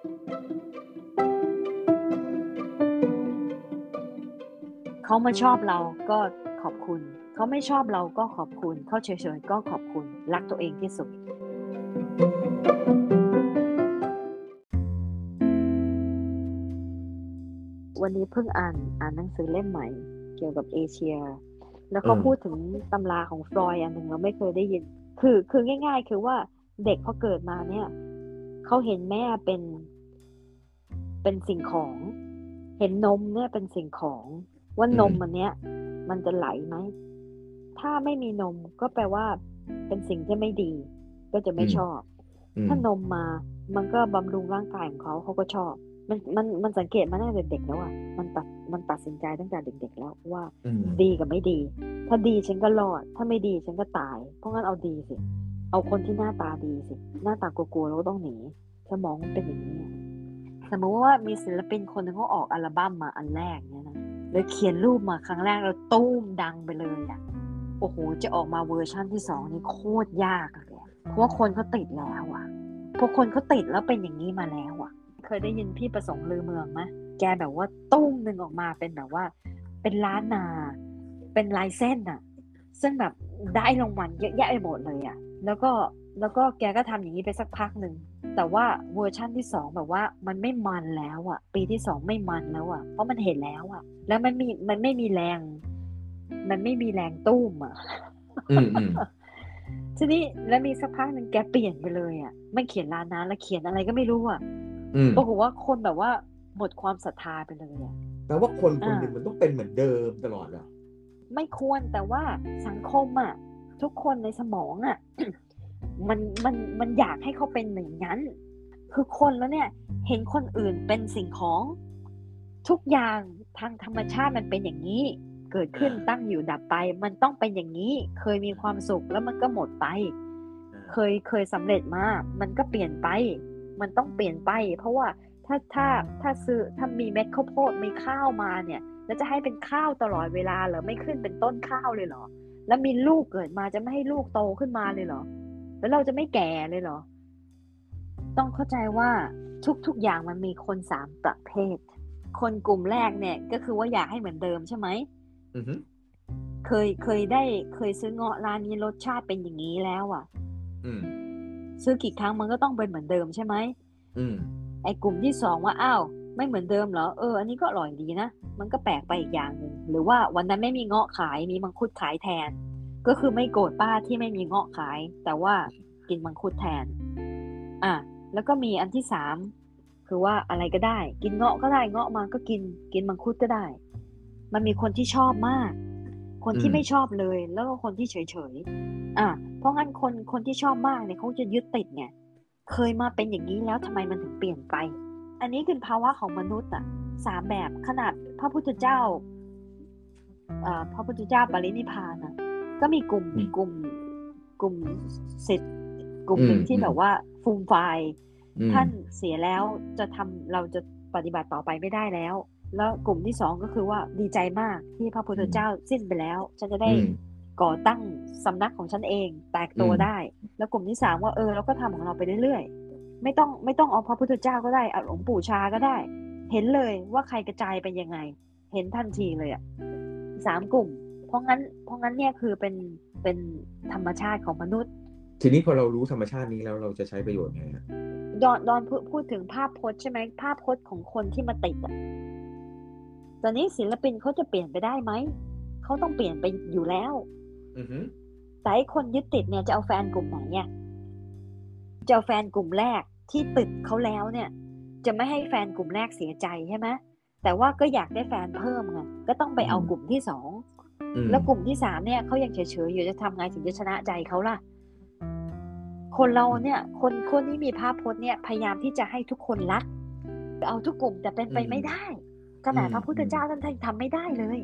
เขามาชอบเราก็ขอบคุณเขาไม่ชอบเราก็ขอบคุณเขาเฉยๆก็ขอบคุณรักตัวเองที่สุดวันนี้เพิ่งอ่านหนังสือเล่มใหม่เกี่ยวกับเอเชียแล้วเขาพูดถึงตำราของฟรอยด์อันหนึ่งเราไม่เคยได้ยินคือง่ายๆคือว่าเด็กพอเกิดมาเนี่ยเขาเห็นแม่เป็นสิ่งของเห็นนมเนี่ยเป็นสิ่งของว่านมอันเนี้ยมันจะไหลไหมถ้าไม่มีนมก็แปลว่าเป็นสิ่งที่ไม่ดีก็จะไม่ชอบถ้านมมามันก็บำรุงร่างกายของเขาก็ชอบมันสังเกตมาตั้งแต่เด็กแล้วอ่ะมันตัดสินใจตั้งแต่เด็กๆแล้วว่าดีกับไม่ดีถ้าดีฉันก็รอดถ้าไม่ดีฉันก็ตายเพราะงั้นเอาดีสิเอาคนที่หน้าตาดีสิหน้าตากลัวๆแล้วก็ต้องหนีสมองมันเป็นอย่างนี้สมมติว่ามีศิลปินคนนึงเขาออกอัลบั้มมาอันแรกเนี่ยนะแล้วเขียนรูปมาครั้งแรกแล้วตุ้มดังไปเลยอ่ะโอ้โหจะออกมาเวอร์ชั่นที่2นี่โคตรยากเลยเพราะว่าคนเขาติดแล้วอ่ะพอคนเขาติดแล้วเป็นอย่างนี้มาแล้วอ่ะเคยได้ยินพี่ประสงค์ลือเมืองไหมแกแบบว่าตุ้มหนึ่งออกมาเป็นแบบว่าเป็นล้านนาเป็นลายเส้นอ่ะซึ่งแบบได้รางวัลเยอะแยะไปหมดเลยอ่ะแล้วก็แกก็ทำอย่างนี้ไปสักพักหนึ่งแต่ว่าเวอร์ชั่นที่2แบบว่ามันไม่มันแล้วอ่ะปีที่2ไม่มันแล้วอ่ะเพราะมันเห็นแล้วอ่ะแล้วมันไม่มีแรงตุ้มอ่ะทีนี้แล้วมีสักพักหนึ่งแกเปลี่ยนไปเลยอ่ะไม่เขียนลานาแล้วเขียนอะไรก็ไม่รู้อ่ะปรากฏว่าคนแบบว่าหมดความศรัทธาไปเลยอ่ะแปลว่าคนคนหนึ่งมันต้องเป็นเหมือนเดิมตลอดเหรอไม่ควรแต่ว่าสังคมอ่ะทุกคนในสมองอ่ะ มันอยากให้เขาเป็นเหมือนนั้นคือคนแล้วเนี่ยเห็นคนอื่นเป็นสิ่งของทุกอย่างทางธรรมชาติมันเป็นอย่างนี้เกิดขึ้นตั้งอยู่ดับไปมันต้องเป็นอย่างนี้เคยมีความสุขแล้วมันก็หมดไปเคยสำเร็จมามันก็เปลี่ยนไปมันต้องเปลี่ยนไปเพราะว่าถ้ามีเม็ดข้าวโพดมีข้าวมาเนี่ยแล้วจะให้เป็นข้าวตลอดเวลาเหรอไม่ขึ้นเป็นต้นข้าวเลยเหรอแล้วมีลูกเกิดมาจะไม่ให้ลูกโตขึ้นมาเลยเหรอแล้วเราจะไม่แก่เลยเหรอต้องเข้าใจว่าทุกอย่างมันมีคน3ประเภทคนกลุ่มแรกเนี่ยก็คือว่าอยากให้เหมือนเดิมใช่ไหมเคยซื้อเงาะร้านนี้รสชาติเป็นอย่างนี้แล้วอ่ะซื้อกี่ครั้งมันก็ต้องเป็นเหมือนเดิมใช่ไหมไอ้กลุ่มที่2ว่าอ้าวไม่เหมือนเดิมเหรออันนี้ก็อร่อยดีนะมันก็แปลกไปอีกอย่างนึงหรือว่าวันนั้นไม่มีเงาะขายมีมังคุดขายแทนก็คือไม่โกรธป้าที่ไม่มีเงาะขายแต่ว่ากินมังคุดแทนแล้วก็มีอันที่3คือว่าอะไรก็ได้กินเงาะก็ได้เงาะมาก็กินมังคุดก็ได้มันมีคนที่ชอบมากคนที่ไม่ชอบเลยแล้วก็คนที่เฉยๆเพราะงั้นคนที่ชอบมากเนี่ยเขาจะยึดติดไงเคยมาเป็นอย่างนี้แล้วทำไมมันถึงเปลี่ยนไปอันนี้คือภาวะของมนุษย์3แบบขนาดพระพุทธเจ้าปรินิพพานก็มีกลุ่มศิษย์กลุ่มหนึ่งที่แบบว่าฟูมไฟท่านเสียแล้วเราจะปฏิบัติต่อไปไม่ได้แล้วกลุ่มที่2ก็คือว่าดีใจมากที่พระพุทธเจ้าสิ้นไปแล้วฉันจะได้ก่อตั้งสำนักของฉันเองแตกตัวได้แล้วกลุ่มที่3ว่าเราก็ทำของเราไปเรื่อยๆไม่ต้องเอาพระพุทธเจ้าก็ได้เอาหลวงปู่ชาก็ได้เห็นเลยว่าใครกระจายไปยังไงเห็นทันทีเลย3กลุ่มเพราะงั้นเนี่ยคือเป็นธรรมชาติของมนุษย์ทีนี้พอเรารู้ธรรมชาตินี้แล้วเราจะใช้ประโยชน์ไงฮะดอนพูดถึงภาพพจน์ใช่ไหมภาพพจน์ของคนที่มาติดตอนนี้ศิลปินเขาจะเปลี่ยนไปได้ไหมเขาต้องเปลี่ยนไปอยู่แล้วแต่ไอ้คนยึดติดเนี่ยจะเอาแฟนกลุ่มไหนเนี่ยจะเอาแฟนกลุ่มแรกที่ติดเขาแล้วเนี่ยจะไม่ให้แฟนกลุ่มแรกเสียใจใช่ไหมแต่ว่าก็อยากได้แฟนเพิ่มไงก็ต้องไปเอากลุ่มที่2แล้วกลุ่มที่3เนี่ยเขายังเฉยๆอยู่จะทำไงถึงจะชนะใจเขาล่ะคนเราเนี่ยคนที่มีภาพพจน์เนี่ยพยายามที่จะให้ทุกคนรักเอาทุกกลุ่มแต่เป็นไปไม่ได้ขนาดพระพุทธเจ้าท่านทำไม่ได้เลย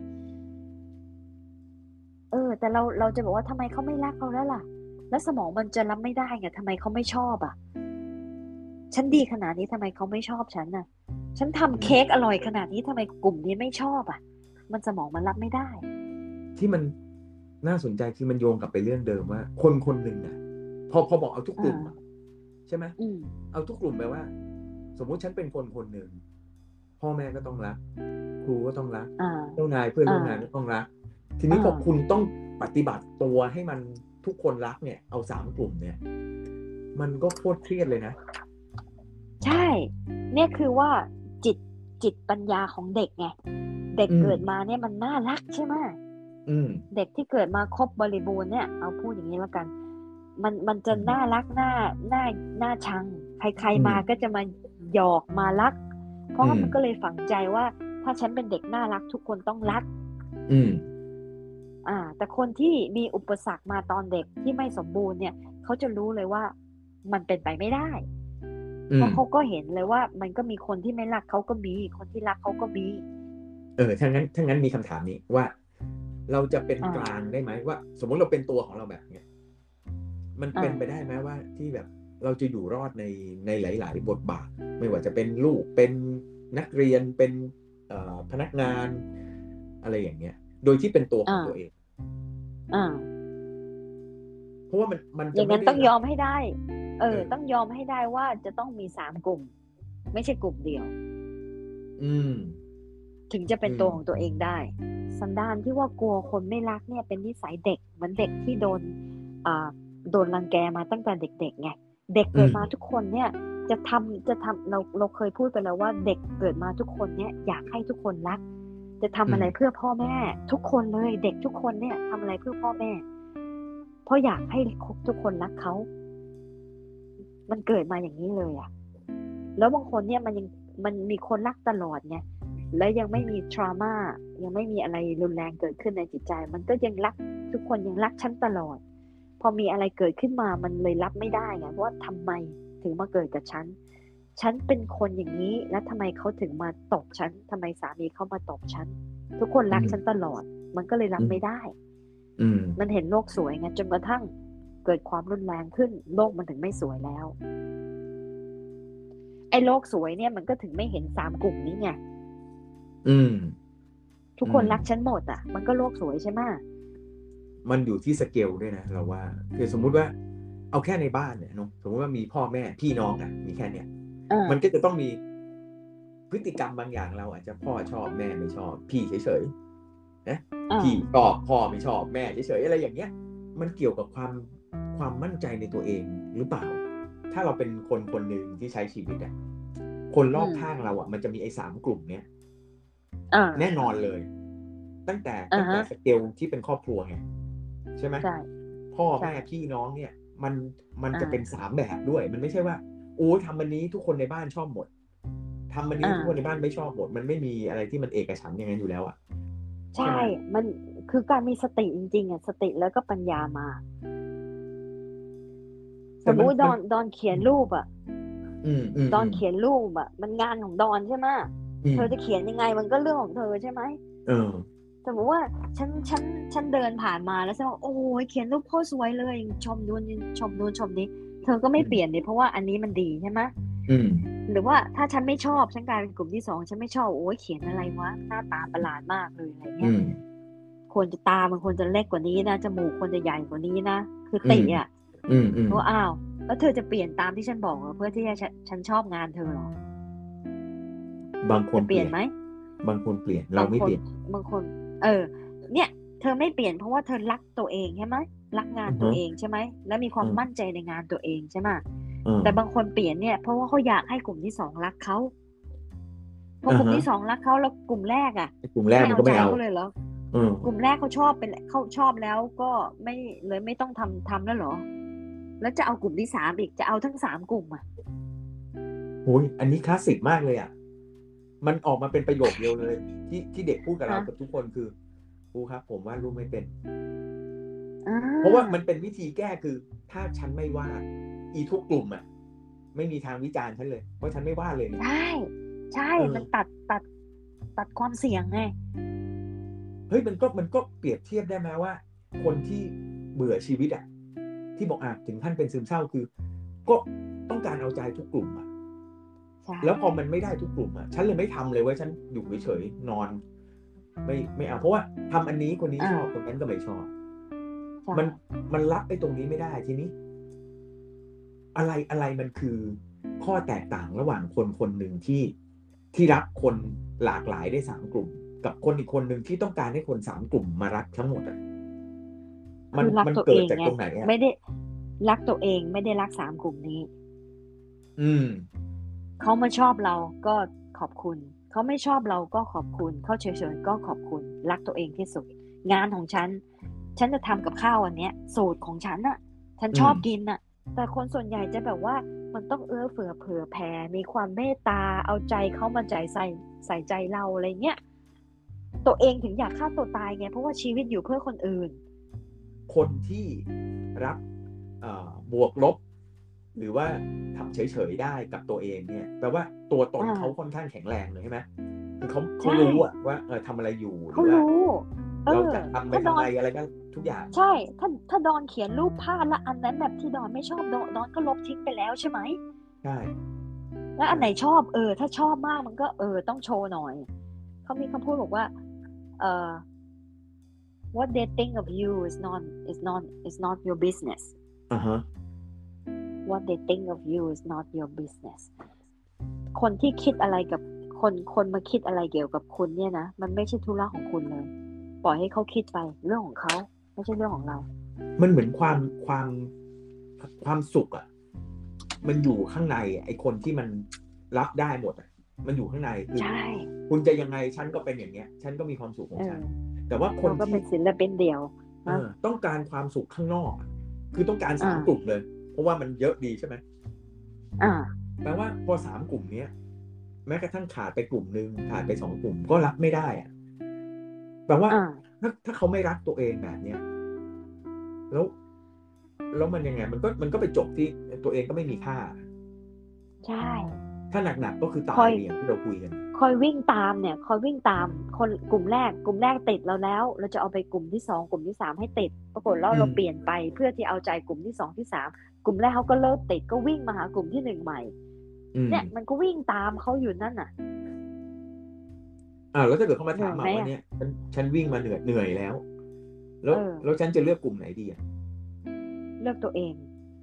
แต่เราจะบอกว่าทำไมเขาไม่รักเราแล้วล่ะแล้วสมองมันจะรับไม่ได้ไงทำไมเขาไม่ชอบฉันดีขนาดนี้ทำไมเขาไม่ชอบฉันฉันทำเค้กอร่อยขนาดนี้ทำไมกลุ่มนี้ไม่ชอบมันสมองมันรับไม่ได้ที่มันน่าสนใจคือมันโยงกลับไปเรื่องเดิมว่าคนหนึ่งพอบอกเอาทุกกลุ่มใช่ไหมเอาทุกกลุ่มแปลว่าสมมุติฉันเป็นคนคนหนึ่งพ่อแม่ก็ต้องรักครูก็ต้องรักอ่าเจ้านายเพื่อนร่วมงานอ่าก็ต้องรัก ทีนี้พออ่าคุณต้องปฏิบัติตัวให้มันทุกคนรักเนี่ยเอา3 กลุ่มเนี่ยมันก็โคตรเครียดเลยนะใช่ เนี่ยคือว่าจิตปัญญาของเด็กไง เด็กอืมเกิดมาเนี่ยมันน่ารักใช่ไหมอืมเด็กที่เกิดมาครบบริบูรณ์เนี่ยเอาพูดอย่างนี้แล้วกัน มันจะอืมน่ารักน่าชัง ใครอืมๆมาก็จะมาหยอกมารัก เพราะอืมมันก็เลยฝังใจว่า ถ้าฉันเป็นเด็กน่ารักทุกคนต้องรักอืมแต่คนที่มีอุปสรรคมาตอนเด็กที่ไม่สมบูรณ์เนี่ยเขาจะรู้เลยว่ามันเป็นไปไม่ได้ เพราะเขาก็เห็นเลยว่ามันก็มีคนที่ไม่รักเขาก็มีคนที่รักเขาก็มีถ้างั้นมีคำถามนี้ว่า เราจะเป็นอ่ากลางได้ไหมว่า สมมติเราเป็นตัวของเราแบบเนี้ยมันเป็นอ่าไปได้ไหมว่าที่แบบเราจะอยู่รอดในหลาย ๆ บทบาท ไม่ว่าจะเป็นลูกเป็นนักเรียนเป็นพนักงานอะไรอย่างเงี้ย โดยที่เป็นตัวของตัวเอง เพราะว่ามันอจะย่างไม่นั้นได้ต้องยอมให้ได้ต้องยอมให้ได้ว่าจะต้องมี3 กลุ่ม ไม่ใช่กลุ่มเดียวอืมถึงจะเป็นตัวของตัวเองได้ สันดานที่ว่ากลัวคนไม่รักเนี่ยเป็นนิสัยเด็กเหมือนเด็กที่โดนรังแกมาตั้งแต่เด็กๆไงเด็กเกิดมาทุกคนเนี่ยจะทำเราเคยพูดไปแล้วว่าเด็กเกิดมาทุกคนเนี่ยอยากให้ทุกคนรัก จะทำอะไรเพื่อพ่อแม่ทุกคนเลยเด็กทุกคนเนี่ยทำอะไรเพื่อพ่อแม่เพราะอยากให้ทุกคนรักเขามันเกิดมาอย่างนี้เลยอะแล้วบางคนเนี่ยมันมีคนรักตลอดไงและยังไม่มีทรามายังไม่มีอะไรรุนแรงเกิดขึ้นในจิตใจมันก็ยังรักทุกคนยังรักฉันตลอดพอมีอะไรเกิดขึ้นมามันเลยรับไม่ได้ไงว่าทำไมถึงมาเกิดกับฉันเป็นคนอย่างนี้แล้วทำไมเขาถึงมาตบฉันทำไมสามีเขามาตบฉันทุกคนรักฉันตลอดมันก็เลยรับไม่ได้มันเห็นโลกสวยไงจนกระทั่งเกิดความรุนแรงขึ้นโลกมันถึงไม่สวยแล้วไอ้โลกสวยเนี่ยมันก็ถึงไม่เห็น3 กลุ่มนี้ไงทุกคนรักฉันหมดอ่ะมันก็โลกสวยใช่ไหมมันอยู่ที่สเกลด้วยนะเราว่าคือสมมุติว่าเอาแค่ในบ้านเนี่ยเนาะสมมติว่ามีพ่อแม่พี่น้องอ่ะมีแค่เนี้ยมันก็จะต้องมีพฤติกรรมบางอย่างเราอาจจะพ่อชอบแม่ไม่ชอบพี่เฉยๆนะพี่ชอบพ่อไม่ชอบแม่เฉยๆอะไรอย่างเงี้ยมันเกี่ยวกับความมั่นใจในตัวเองหรือเปล่าถ้าเราเป็นคนหนึ่งที่ใช้ชีวิตอ่ะคนรอบข้างเราอ่ะมันจะมีไอ้3 กลุ่มเนี้ยแน่นอนเลยตั้งแต่สเกลที่เป็นครอบครัวไงใช่ไหมพ่อแม่พี่น้องเนี่ยมันจะเป็น3 แบบด้วยมันไม่ใช่ว่าโอ้ทำวันนี้ทุกคนในบ้านชอบหมดทำวันนี้ทุกคนในบ้านไม่ชอบหมดมันไม่มีอะไรที่มันเอกฉันท์อย่างนั้นอยู่แล้วอ่ะใช่มันคือการมีสติจริงๆอ่ะสติแล้วก็ปัญญามาสมมติดอนเขียนรูปอ่ะดอนเขียนรูปอ่ะมันงานของดอนใช่ไหมเธอจะเขียนยังไงมันก็เรื่องของเธอใช่ไหมสมมติว่าฉันเดินผ่านมาแล้วฉันบอกโอ้ยเขียนรูปโคตรสวยเลยชมนู้นชมนี้เธอก็ไม่เปลี่ยนเลยเพราะว่าอันนี้มันดีใช่ไหมหรือว่าถ้าฉันไม่ชอบฉันกลายเป็นกลุ่มที่2ฉันไม่ชอบโอ้ยเขียนอะไรวะหน้าตาประหลาดมากเลยอะไรเงี้ยควรจะตามันควรจะเล็กกว่านี้นะจมูกควรจะใหญ่กว่านี้นะคือติอ่ะเพราะอ้าวแล้วเธอจะเปลี่ยนตามที่ฉันบอกเพื่อที่จะฉันชอบงานเธอหรอบางคนเปลี่ยนไหมบางคนเปลี่ยนเราไม่เปลี่ยนบางคนเนี่ยเธอไม่เปลี่ยนเพราะว่าเธอรักตัวเองใช่ไหมรักงานตัวเองใช่ไหมแล้วมีความมั่นใจในงานตัวเองใช่ไหมแต่บางคนเปลี่ยนเนี่ยเพราะว่าเขาอยากให้กลุ่มที่2รักเขาพอกลุ่มที่2รักเขาแล้วกลุ่มแรกอ่ะมันก็ไม่เอาเขาเลยเหรอกลุ่มแรกเขาชอบแล้วก็ไม่ต้องทำแล้วเหรอแล้วจะเอากลุ่มที่3อีกจะเอาทั้ง3 กลุ่มอ่ะโอ้ยอันนี้คลาสสิกมากเลยอ่ะมันออกมาเป็นประโยคเดียวเลยที่เด็กพูดกับเรากับทุกคนคือครูครับผมวาดรูปไม่เป็นเพราะว่ามันเป็นวิธีแก้คือถ้าฉันไม่วาดอีทุกกลุ่มอ่ะไม่มีทางวิจารณ์ฉันเลยเพราะฉันไม่วาดเลยใช่มันตัดความเสี่ยงไงเฮ้ยมันก็เปรียบเทียบได้ไหมว่าคนที่เบื่อชีวิตอ่ะที่บอกถึงท่านเป็นซึมเศร้าคือก็ต้องการเอาใจทุกกลุ่มอ่ะแล้วพอมันไม่ได้ทุกกลุ่มอ่ะฉันเลยไม่ทำเลยว่าฉันอยู่เฉยๆนอนไม่เอาเพราะว่าทำอันนี้คนนี้ชอบคนนั้นก็ไม่ชอบมันรับไอ้ตรงนี้ไม่ได้ทีนี้อะไรมันคือข้อแตกต่างระหว่างคนคนหนึ่งที่รักคนหลากหลายได้3กลุ่มกับคนอีกคนหนึ่งที่ต้องการให้คน3กลุ่มมารักทั้งหมดอ่ะคือรักตัวเอเกิดงจากไงตรงไหนอ่ะไม่ได้รักตัวเองไม่ได้รัก3 กลุ่มนี้อืมเขามาชอบเราก็ขอบคุณเขาไม่ชอบเราก็ขอบคุณเขาเฉยๆก็ขอบคุณรักตัวเองที่สุดงานของฉันจะทำกับข้าวอันเนี้ยสูตรของฉันน่ะฉันชอบกินน่ะแต่คนส่วนใหญ่จะแบบว่ามันต้องเอื้อเฟื้อเผื่อแผ่มีความเมตตาเอาใจเขามาใส่ใจเราอะไรเงี้ยตัวเองถึงอยากฆ่าตัวตายไงเพราะว่าชีวิตอยู่เพื่อคนอื่นคนที่รับบวกลบหรือว่าทำเฉยๆได้กับตัวเองเนี่ยแปลว่าตัวตนเขาค่อนข้างแข็งแรงเลยใช่ไหมคือเขารู้อะว่าทำอะไรอยู่หรือว่าเราจะทำไปทำไมอะไรก็ทุกอย่างใช่ถ้าดอนเขียนรูปภาพแล้วอันนั้นแบบที่ดอนไม่ชอบดอนก็ลบทิ้งไปแล้วใช่ไหมใช่แล้วอันไหนชอบถ้าชอบมากมันก็ต้องโชว์หน่อยเขามีคำพูดบอกว่าเออ what they think of you is not your business what they think of you is not your business คนที่คิดอะไรกับคนมาคิดอะไรเกี่ยวกับคุณเนี่ยนะมันไม่ใช่ธุระของคุณเลยปล่อยให้เขาคิดไปเรื่องของเขาไม่ใช่เรื่องของเรามันเหมือนความสุขอ่ะมันอยู่ข้างในไอ้คนที่มันรับได้หมดอ่ะมันอยู่ข้างในคือคุณจะยังไงฉันก็เป็นอย่างเงี้ยฉันก็มีความสุขของฉันแต่ว่าคนที่เป็นศิลปินเดี่ยวต้องการความสุขข้างนอกคือต้องการ3กลุ่มเลยเพราะว่ามันเยอะดีใช่ไหมแปลว่าพอ3กลุ่มนี้แม้กระทั่งขาดไปกลุ่มนึงขาดไป2กลุ่มก็รับไม่ได้อะแปลว่าถ้าเขาไม่รักตัวเองแบบเนี้ยแล้วมันยังไงมันก็ไปจบที่ตัวเองก็ไม่มีค่าใช่ถ้าหนักๆก็คือตายอย่างที่เราคุยกันคอยวิ่งตามคนกลุ่มแรกติดแล้วเราจะเอาไปกลุ่มที่2กลุ่มที่3ให้ติดปรากฏเราเปลี่ยนไปเพื่อที่เอาใจกลุ่มที่2ที่3กลุ่มแรกเขาก็เลิกติดก็วิ่งมาหากลุ่มที่1ใหม่เนี่ยมันก็วิ่งตามเขาอยู่นั่นน่ะแล้วถ้าเกิดเขามาถามมาว่าเนี่ยฉันวิ่งมาเหนื่อยแล้วฉันจะเลือกกลุ่มไหนดีอ่ะเลือกตัวเอง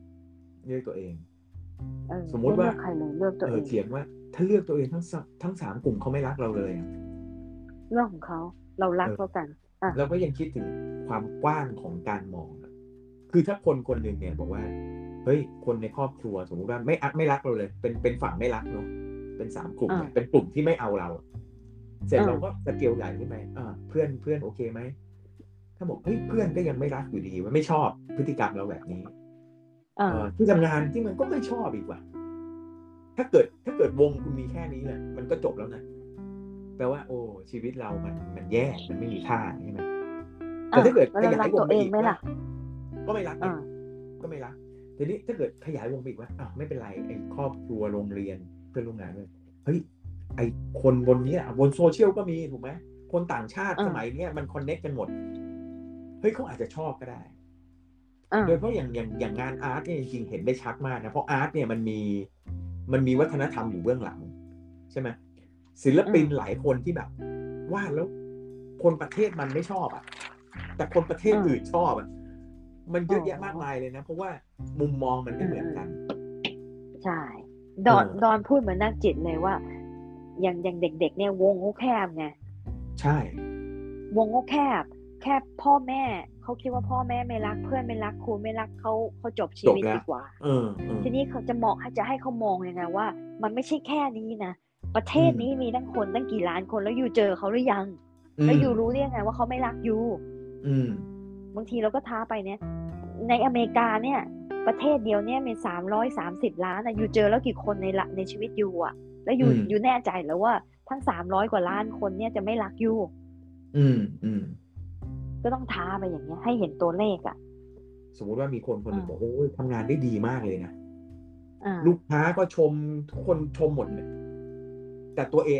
สมมติว่าใครเลยเลือกตัวเองเถียงว่าถ้าเลือกตัวเองทั้ง3กลุ่มเขาไม่รักเราเลยเรื่องของเขาเรารักเขากันเราก็ยังคิดถึงความกว้างของการมองคือถ้าคนหนึ่งเนี่ยบอกว่าเฮ้ยคนในครอบครัวสมมติว่าไม่รักเราเลยเป็นฝั่งไม่รักเนาะเป็น3กลุ่มเนี่ยเป็นกลุ่มที่ไม่เอาเราเสร็จเราก็สเกลใหญ่ขึ้นไปเพื่อนโอเคไหมถ้าบอกเฮ้ยเพื่อนก็ยังไม่รักอยู่ดีว่าไม่ชอบพฤติกรรมเราแบบนี้ที่ทำงานที่มันก็ไม่ชอบอีกว่ะถ้าเกิดวงคุณมีแค่นี้แหละมันก็จบแล้วนะแปลว่าโอ้ชีวิตเรามันแย่มันไม่มีค่าใช่ไหมแต่ถ้าเกิดขยายวงไปอีกก็ไม่รักก็ไม่รักทีนี้ถ้าเกิดขยายวงไปอีกว่าไม่เป็นไรไอ้ครอบครัวโรงเรียนเพื่อนร่วมงานเลยเฮ้ยไอ้คนบนนี้บนโซเชียลก็มีถูกไหมคนต่างชาติสมัยนี้มันคอนเนคกันหมดเฮ้ยเขาอาจจะชอบก็ได้โดยเพราะอย่างงานอาร์ตเนี่ยจริงๆเห็นได้ชัดมากนะเพราะอาร์ตเนี่ยมันมีวัฒนธรรมอยู่เบื้องหลังใช่ไหมศิลปินหลายคนที่แบบวาดแล้วคนประเทศมันไม่ชอบแต่คนประเทศอื่นชอบมันเยอะแยะมากมายเลยนะเพราะว่ามุมมองมันไม่เหมือนกันใช่ดอนพูดเหมือนนักจิตเลยว่าอย่างเด็กๆเนี่ยวงเขาแคบไงใช่วงเขาแคบพ่อแม่เขาคิดว่าพ่อแม่ไม่รักเพื่อนไม่รักครูไม่รักเขาจบชีวิตดีกว่าทีนี้เขาจะให้เขามองยังไงว่ามันไม่ใช่แค่นี้นะประเทศนี้มีตั้งกี่ล้านคนแล้วอยู่เจอเขาหรือยังแล้วอยู่รู้ได้ยังไงว่าเขาไม่รักอยู่บางทีเราก็ท้าไปเนี่ยในอเมริกาเนี่ยประเทศเดียวเนี่ยมี330 ล้านอยู่เจอแล้วกี่คนในชีวิตอยู่แล้วอยู่แน่ใจแล้วว่าทั้ง300 กว่าล้านคนเนี่ยจะไม่รักอยู่ก็ต้องท้าไปอย่างเงี้ยให้เห็นตัวเลขสมมติว่ามีคนหนึ่งบอกโอ้ยทำงานได้ดีมากเลยนะลูกค้าก็ชมทุกคนชมหมดเลยแต่ตัวเอง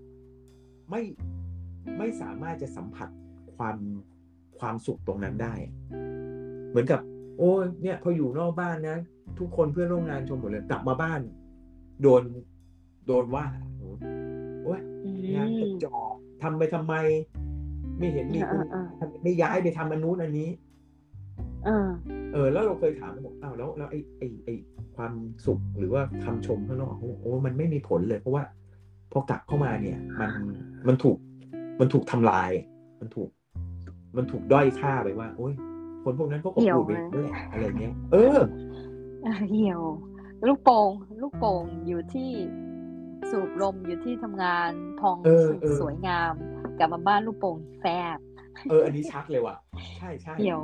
ไม่สามารถจะสัมผัสความสุขตรงนั้นได้เหมือนกับโอ้ยเนี่ยพออยู่นอกบ้านนะทุกคนเพื่อนร่วมงานชมหมดเลยกลับมาบ้านโดนว่าโอ้ยงานกระจอกทำไปทำไมไม่เห็นมีคุณไม่ย้ายไปทำอันนู้นอันนี้แล้วเราเคยถามบอกแล้วไอ้ความสุขหรือว่าคำชมข้างนอกโอ้มันไม่มีผลเลยเพราะว่าพอกลับเข้ามาเนี่ยมันถูกทำลายมันถูกด้อยค่าไปว่าโอ้ยคนพวกนั้นก็อบอุ่นไปนั่นแหละอะไรเงี้ยเหี่ยวลูกโป่งอยู่ที่สูบลมอยู่ที่ทำงานพองสวยงามกลับมาบ้านลูกโป่งแฟบอันนี้ชัดเลยว่ะใช่เหี่ยว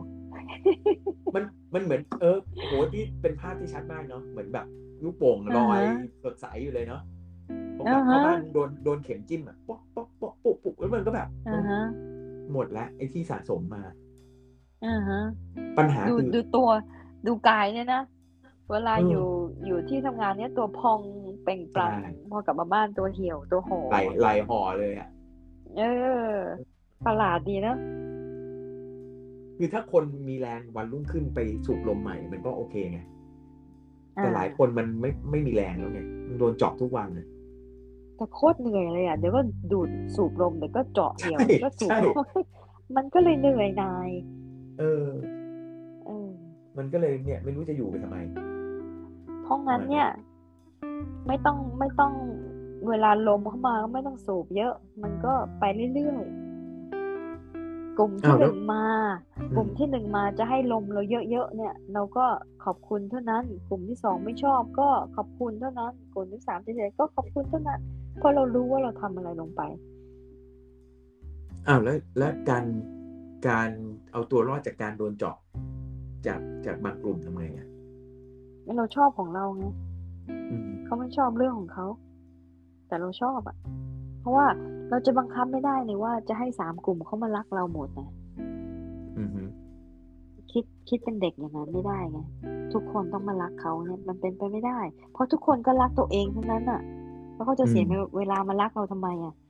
มันเหมือนโหที่เป็นภาพที่ชัดมากเนาะเหมือนแบบลูกโป่งลอยสดใสอยู่เลยเนาะพอกลับเข้าบ้านโดนเข็มจิ้มอ่ะป๊อกป๊อกป๊อกปุ๊บปุ๊บแล้วมันก็แบบหมดแล้วไอ้ที่สะสมมาปัญหาคือดูตัวดูกายเนี่ยนะเวลาอยู่ที่ทำงานเนี่ยตัวพองเปล่งปลั่งพอกลับมาบ้านตัวเหี่ยวตัวห่อไหลห่อเลยอ่ะประหลาดดีนะคือถ้าคนมีแรงวันรุ่งขึ้นไปสูบลมใหม่มันก็โอเคไงแต่หลายคนมันไม่มีแรงแล้วไงมันโดนเจาะทุกวันเลยแต่โคตรเหนื่อยเลยอ่ะเดี๋ยวก็ดูดสูบลมเดี๋ยวก็เจาะเหี่ยวก็สูบมันก็เลยเหนื่อยนายมันก็เลยเนี่ยไม่รู้จะอยู่ไปทำไมเพราะงั้นเนี่ยไม่ต้องเวลาลมเข้ามาก็ไม่ต้องสูบเยอะมันก็ไปเรื่อยๆกลุ่มที่หนึ่งมาจะให้ลมเราเยอะๆเนี่ยเราก็ขอบคุณเท่านั้นกลุ่มที่สองไม่ชอบก็ขอบคุณเท่านั้นกลุ่มที่สามเฉยๆก็ขอบคุณเท่านั้นเพราะเรารู้ว่าเราทำอะไรลงไปแล้วการเอาตัวรอดจากการโดนเจาะจากบางกลุ่มทำไงอ่ะเราชอบของเราไงเขาไม่ชอบเรื่องของเขาแต่เราชอบอ่ะเพราะว่าเราจะบังคับไม่ได้เลยว่าจะให้3 กลุ่มเขามารักเราหมดนะคิดเป็นเด็กอย่างนั้นไม่ได้ไงทุกคนต้องมารักเขาเนี่ยมันเป็นไปไม่ได้เพราะทุกคนก็รักตัวเองทั้งนั้นอ่ะแล้วเขาจะเสียเวลามารักเราทำไมอ่ะ